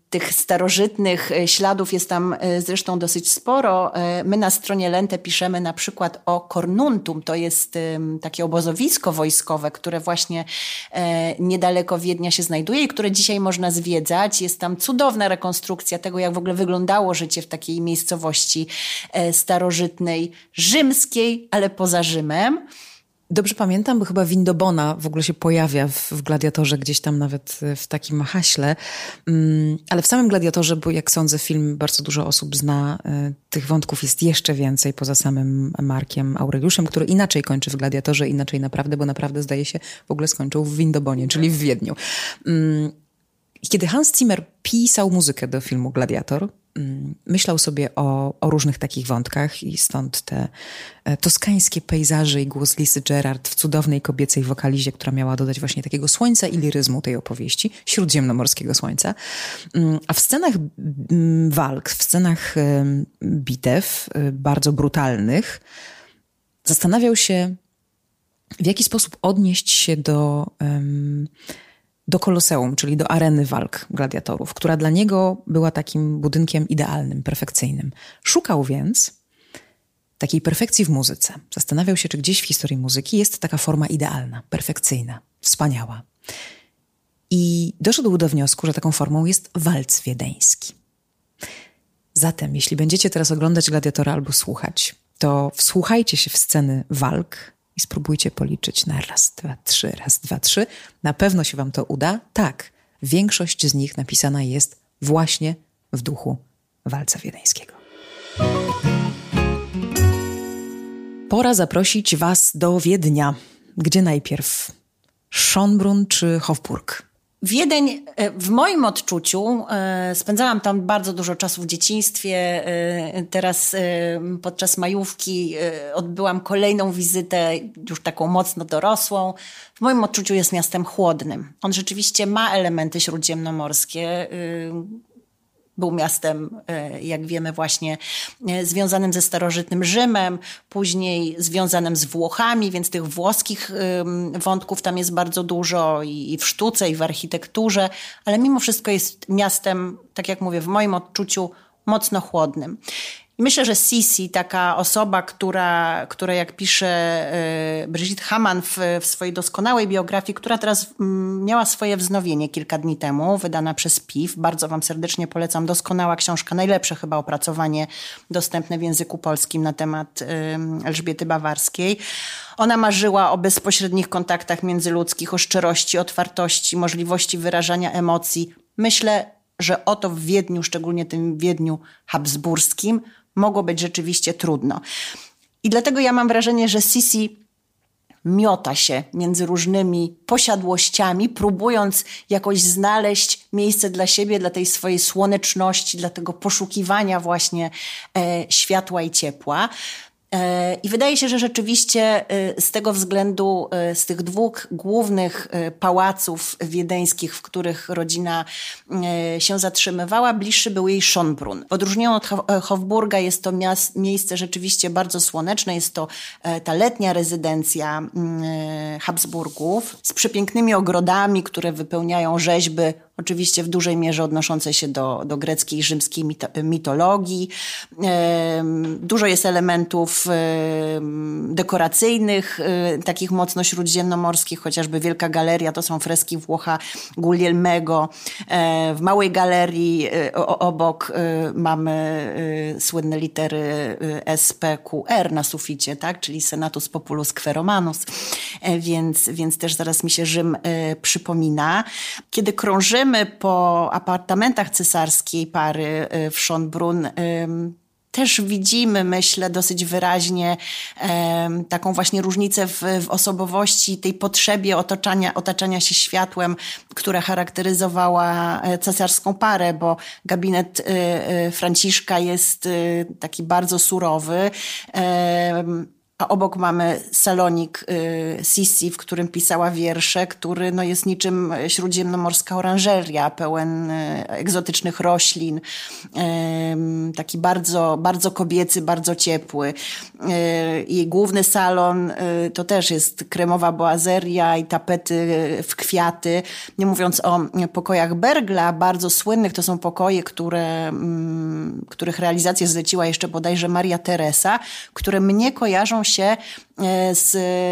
Tych starożytnych śladów jest tam zresztą dosyć sporo. My na stronie Lente piszemy na przykład o Cornuntum. To jest takie obozowisko wojskowe, które właśnie niedaleko Wiednia się znajduje i które dzisiaj można zwiedzać. Jest tam cudowna rekonstrukcja tego, jak w ogóle wyglądało życie w takiej miejscowości starożytnej, rzymskiej, ale poza Rzymem. Dobrze pamiętam, bo chyba Windobona w ogóle się pojawia w, w Gladiatorze, gdzieś tam nawet w takim haśle. Um, ale w samym Gladiatorze, bo jak sądzę film bardzo dużo osób zna, y, tych wątków jest jeszcze więcej poza samym Markiem Aureliuszem, który inaczej kończy w Gladiatorze, inaczej naprawdę, bo naprawdę zdaje się w ogóle skończył w Windobonie, czyli w Wiedniu. Um, kiedy Hans Zimmer pisał muzykę do filmu Gladiator, myślał sobie o, o różnych takich wątkach i stąd te toskańskie pejzaże i głos Lisy Gerard w cudownej kobiecej wokalizie, która miała dodać właśnie takiego słońca i liryzmu tej opowieści, śródziemnomorskiego słońca. A w scenach walk, w scenach bitew, bardzo brutalnych, zastanawiał się, w jaki sposób odnieść się do... Um, do Koloseum, czyli do areny walk gladiatorów, która dla niego była takim budynkiem idealnym, perfekcyjnym. Szukał więc takiej perfekcji w muzyce. Zastanawiał się, czy gdzieś w historii muzyki jest taka forma idealna, perfekcyjna, wspaniała. I doszedł do wniosku, że taką formą jest walc wiedeński. Zatem, jeśli będziecie teraz oglądać Gladiatora albo słuchać, to wsłuchajcie się w sceny walk i spróbujcie policzyć na raz, dwa, trzy, raz, dwa, trzy. Na pewno się wam to uda. Tak, większość z nich napisana jest właśnie w duchu walca wiedeńskiego. Pora zaprosić was do Wiednia. Gdzie najpierw? Schönbrunn czy Hofburg? Wiedeń, w moim odczuciu, spędzałam tam bardzo dużo czasu w dzieciństwie. Teraz podczas majówki odbyłam kolejną wizytę, już taką mocno dorosłą. W moim odczuciu jest miastem chłodnym. On rzeczywiście ma elementy śródziemnomorskie. Był miastem, jak wiemy, właśnie związanym ze starożytnym Rzymem, później związanym z Włochami, więc tych włoskich wątków tam jest bardzo dużo i w sztuce, i w architekturze, ale mimo wszystko jest miastem, tak jak mówię, w moim odczuciu mocno chłodnym. I myślę, że Sisi, taka osoba, która, która jak pisze Brigitte Hamann w, w swojej doskonałej biografii, która teraz miała swoje wznowienie kilka dni temu, wydana przez P I F. Bardzo wam serdecznie polecam. Doskonała książka, najlepsze chyba opracowanie dostępne w języku polskim na temat Elżbiety Bawarskiej. Ona marzyła o bezpośrednich kontaktach międzyludzkich, o szczerości, otwartości, możliwości wyrażania emocji. Myślę, że oto w Wiedniu, szczególnie tym Wiedniu habsburskim, mogło być rzeczywiście trudno. I dlatego ja mam wrażenie, że Sisi miota się między różnymi posiadłościami, próbując jakoś znaleźć miejsce dla siebie, dla tej swojej słoneczności, dla tego poszukiwania właśnie e, światła i ciepła. I wydaje się, że rzeczywiście z tego względu, z tych dwóch głównych pałaców wiedeńskich, w których rodzina się zatrzymywała, bliższy był jej Schönbrunn. W odróżnieniu od Hofburga jest to miast, miejsce rzeczywiście bardzo słoneczne. Jest to ta letnia rezydencja Habsburgów z przepięknymi ogrodami, które wypełniają rzeźby, oczywiście w dużej mierze odnoszące się do, do greckiej i rzymskiej mitologii. Dużo jest elementów dekoracyjnych, takich mocno śródziemnomorskich, chociażby Wielka Galeria, to są freski Włocha Guglielmego. W Małej Galerii obok mamy słynne litery S P Q R na suficie, tak? Czyli Senatus Populus Queromanus, więc, więc też zaraz mi się Rzym przypomina. Kiedy krążymy po apartamentach cesarskiej pary w Schönbrunn, też widzimy, myślę, dosyć wyraźnie e, taką właśnie różnicę w, w osobowości, tej potrzebie otaczania, otaczania się światłem, która charakteryzowała cesarską parę, bo gabinet e, Franciszka jest e, taki bardzo surowy. E, A obok mamy salonik y, Sisi, w którym pisała wiersze, który no, jest niczym śródziemnomorska oranżeria, pełen y, egzotycznych roślin, y, taki bardzo, bardzo kobiecy, bardzo ciepły. Y, jej główny salon y, to też jest kremowa boazeria i tapety w kwiaty. Nie mówiąc o pokojach Bergla, bardzo słynnych, to są pokoje, które, y, których realizację zleciła jeszcze bodajże Maria Teresa, które mnie kojarzą się z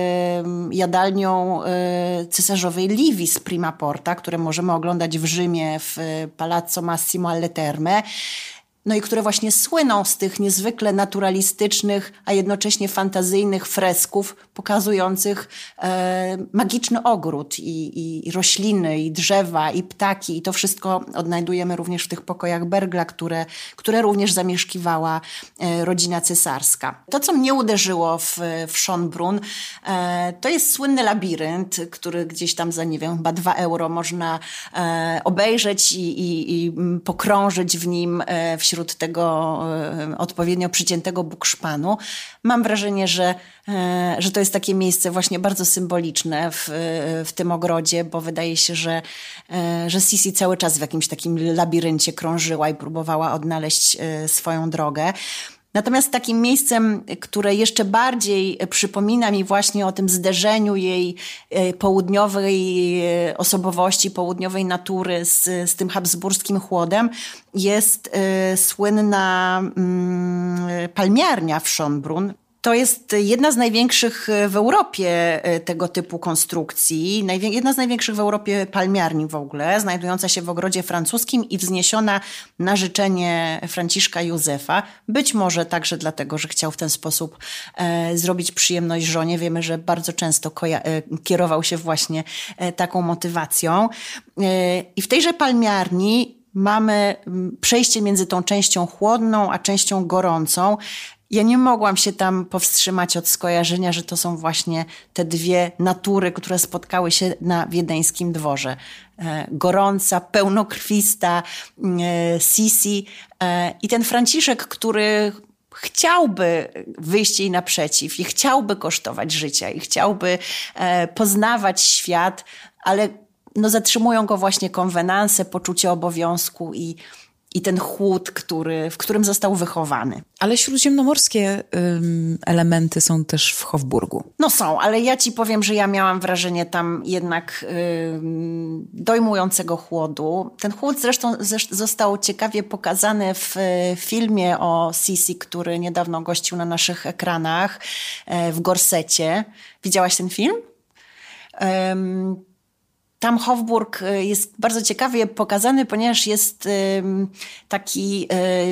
jadalnią cesarzowej Livii z Prima Porta, które możemy oglądać w Rzymie w Palazzo Massimo alle Terme. No i które właśnie słyną z tych niezwykle naturalistycznych, a jednocześnie fantazyjnych fresków pokazujących e, magiczny ogród i, i, i rośliny, i drzewa, i ptaki. I to wszystko odnajdujemy również w tych pokojach Bergla, które, które również zamieszkiwała e, rodzina cesarska. To, co mnie uderzyło w, w Schönbrunn, e, to jest słynny labirynt, który gdzieś tam za, nie wiem, chyba dwa euro można e, obejrzeć i, i, i pokrążyć w nim e, wśród wśród tego e, odpowiednio przyciętego bukszpanu. Mam wrażenie, że, e, że to jest takie miejsce właśnie bardzo symboliczne w, w tym ogrodzie, bo wydaje się, że, e, że Sisi cały czas w jakimś takim labiryncie krążyła i próbowała odnaleźć e, swoją drogę. Natomiast takim miejscem, które jeszcze bardziej przypomina mi właśnie o tym zderzeniu jej południowej osobowości, południowej natury z, z tym habsburskim chłodem, jest y, słynna y, palmiarnia w Schönbrunn. To jest jedna z największych w Europie tego typu konstrukcji, jedna z największych w Europie palmiarni w ogóle, znajdująca się w ogrodzie francuskim i wzniesiona na życzenie Franciszka Józefa. Być może także dlatego, że chciał w ten sposób e, zrobić przyjemność żonie. Wiemy, że bardzo często koja- e, kierował się właśnie e, taką motywacją. E, I w tejże palmiarni mamy przejście między tą częścią chłodną a częścią gorącą. Ja nie mogłam się tam powstrzymać od skojarzenia, że to są właśnie te dwie natury, które spotkały się na wiedeńskim dworze. E, gorąca, pełnokrwista e, Sisi e, i ten Franciszek, który chciałby wyjść jej naprzeciw i chciałby kosztować życia i chciałby e, poznawać świat, ale no, zatrzymują go właśnie konwenanse, poczucie obowiązku i i ten chłód, który, w którym został wychowany. Ale śródziemnomorskie ym, elementy są też w Hofburgu. No są, ale ja ci powiem, że ja miałam wrażenie tam jednak ym, dojmującego chłodu. Ten chłód zresztą zresztą został ciekawie pokazany w filmie o Sisi, który niedawno gościł na naszych ekranach e, w Gorsecie. Widziałaś ten film? Ym, Tam Hofburg jest bardzo ciekawie pokazany, ponieważ jest taki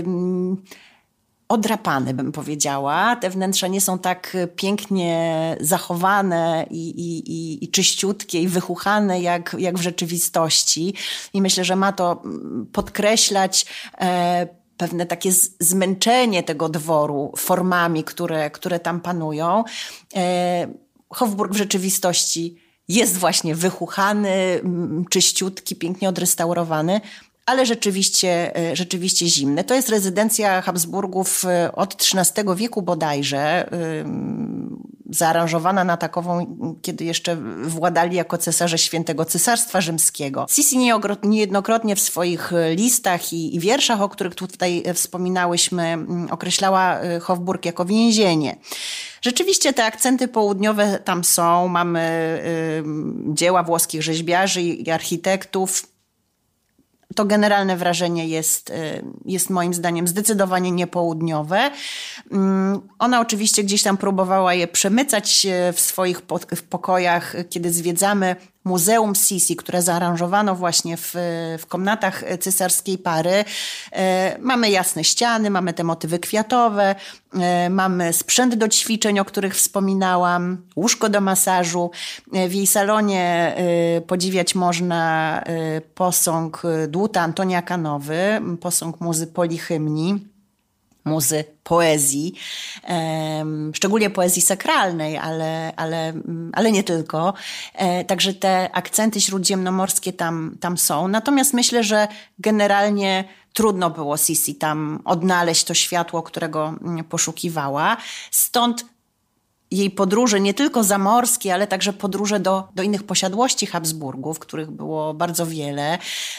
odrapany, bym powiedziała. Te wnętrza nie są tak pięknie zachowane i, i, i, i czyściutkie i wychuchane jak, jak w rzeczywistości. I myślę, że ma to podkreślać e, pewne takie zmęczenie tego dworu formami, które, które tam panują. E, Hofburg w rzeczywistości jest właśnie wychuchany, czyściutki, pięknie odrestaurowany, ale rzeczywiście, rzeczywiście zimny. To jest rezydencja Habsburgów od trzynastego wieku bodajże, zaaranżowana na takową, kiedy jeszcze władali jako cesarze Świętego Cesarstwa Rzymskiego. Sisi niejednokrotnie w swoich listach i, i wierszach, o których tutaj wspominałyśmy, określała Hofburg jako więzienie. Rzeczywiście te akcenty południowe tam są. Mamy y, dzieła włoskich rzeźbiarzy i architektów. To generalne wrażenie jest, jest moim zdaniem zdecydowanie niepołudniowe. Ona oczywiście gdzieś tam próbowała je przemycać w swoich pokojach, kiedy zwiedzamy Muzeum Sisi, które zaaranżowano właśnie w, w komnatach cesarskiej pary. Mamy jasne ściany, mamy te motywy kwiatowe, mamy sprzęt do ćwiczeń, o których wspominałam, łóżko do masażu. W jej salonie podziwiać można posąg dłuta Antonia Canowy, posąg muzy polihymni, muzy poezji, szczególnie poezji sakralnej, ale, ale, ale nie tylko. Także te akcenty śródziemnomorskie tam, tam są. Natomiast myślę, że generalnie trudno było Sisi tam odnaleźć to światło, którego poszukiwała. Stąd jej podróże, nie tylko zamorskie, ale także podróże do, do innych posiadłości Habsburgów, których było bardzo wiele.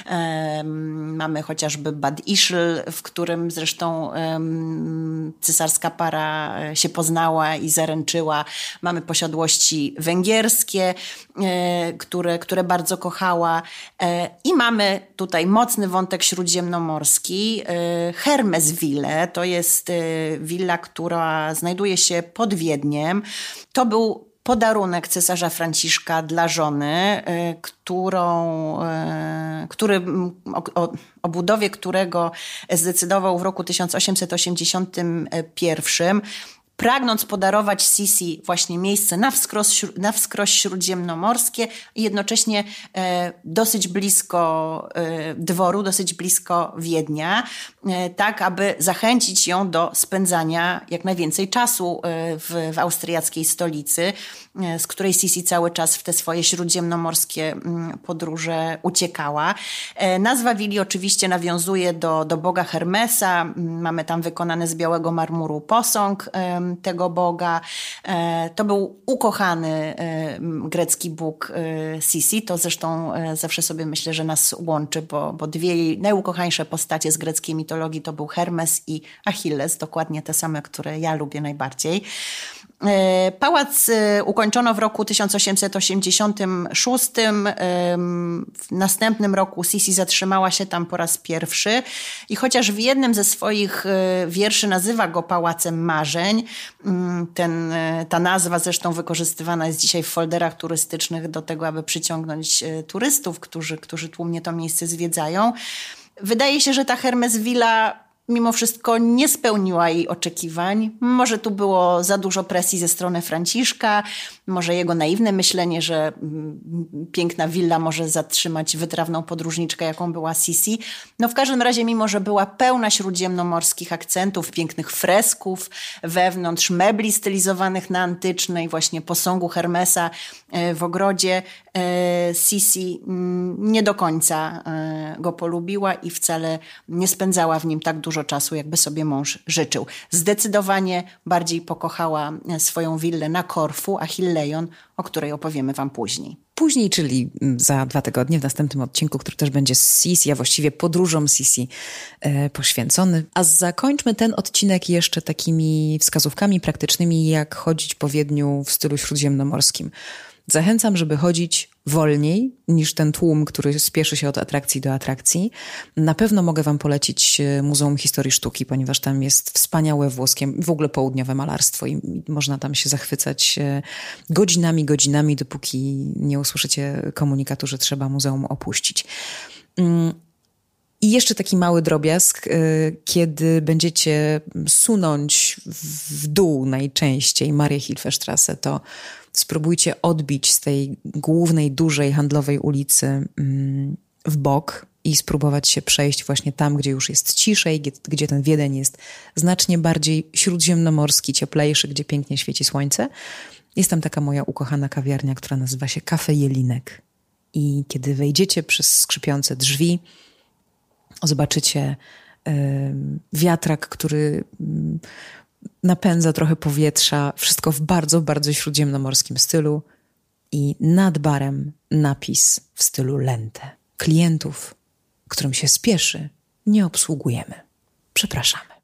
Um, mamy chociażby Bad Ischl, w którym zresztą um, cesarska para się poznała i zaręczyła. Mamy posiadłości węgierskie, e, które, które bardzo kochała. E, I mamy tutaj mocny wątek śródziemnomorski. E, Hermeswille to jest e, willa, która znajduje się pod Wiedniem. To był podarunek cesarza Franciszka dla żony, którą, który, o, o budowie którego zdecydował w roku tysiąc osiemset osiemdziesiątym pierwszym. Pragnąc podarować Sisi właśnie miejsce na wskroś, na wskroś śródziemnomorskie i jednocześnie e, dosyć blisko e, dworu, dosyć blisko Wiednia, e, tak aby zachęcić ją do spędzania jak najwięcej czasu e, w, w austriackiej stolicy, e, z której Sisi cały czas w te swoje śródziemnomorskie m, podróże uciekała. E, nazwa willi oczywiście nawiązuje do, do boga Hermesa. Mamy tam wykonany z białego marmuru posąg e, tego boga. To był ukochany grecki bóg Sisi. To zresztą zawsze sobie myślę, że nas łączy, bo, bo dwie jej najukochańsze postacie z greckiej mitologii to był Hermes i Achilles, dokładnie te same, które ja lubię najbardziej. Pałac ukończono w roku tysiąc osiemset osiemdziesiątym szóstym. W następnym roku Sisi zatrzymała się tam po raz pierwszy i chociaż w jednym ze swoich wierszy nazywa go Pałacem Marzeń, ten, ta nazwa zresztą wykorzystywana jest dzisiaj w folderach turystycznych do tego, aby przyciągnąć turystów, którzy, którzy tłumnie to miejsce zwiedzają. Wydaje się, że ta Hermeswilla mimo wszystko nie spełniła jej oczekiwań. Może tu było za dużo presji ze strony Franciszka, może jego naiwne myślenie, że piękna willa może zatrzymać wytrawną podróżniczkę, jaką była Sisi. No w każdym razie, mimo że była pełna śródziemnomorskich akcentów, pięknych fresków wewnątrz, mebli stylizowanych na antyczne i właśnie posągu Hermesa w ogrodzie, Sisi nie do końca go polubiła i wcale nie spędzała w nim tak dużo czasu, jakby sobie mąż życzył. Zdecydowanie bardziej pokochała swoją willę na Korfu, Achilleion, o której opowiemy wam później. Później, czyli za dwa tygodnie w następnym odcinku, który też będzie z Sisi, a właściwie podróżom Sisi e, poświęcony. A zakończmy ten odcinek jeszcze takimi wskazówkami praktycznymi, jak chodzić po Wiedniu w stylu śródziemnomorskim. Zachęcam, żeby chodzić wolniej niż ten tłum, który spieszy się od atrakcji do atrakcji. Na pewno mogę wam polecić Muzeum Historii Sztuki, ponieważ tam jest wspaniałe włoskie, w ogóle południowe malarstwo i można tam się zachwycać godzinami, godzinami, dopóki nie usłyszycie komunikatu, że trzeba muzeum opuścić. I jeszcze taki mały drobiazg, kiedy będziecie sunąć w dół najczęściej Mariahilferstrasse, to spróbujcie odbić z tej głównej, dużej handlowej ulicy w bok i spróbować się przejść właśnie tam, gdzie już jest ciszej, gdzie ten Wiedeń jest znacznie bardziej śródziemnomorski, cieplejszy, gdzie pięknie świeci słońce. Jest tam taka moja ukochana kawiarnia, która nazywa się Kafe Jelinek. I kiedy wejdziecie przez skrzypiące drzwi, zobaczycie y, wiatrak, który y, napędza trochę powietrza, wszystko w bardzo, bardzo śródziemnomorskim stylu i nad barem napis w stylu lente. Klientów, którym się spieszy, nie obsługujemy. Przepraszamy.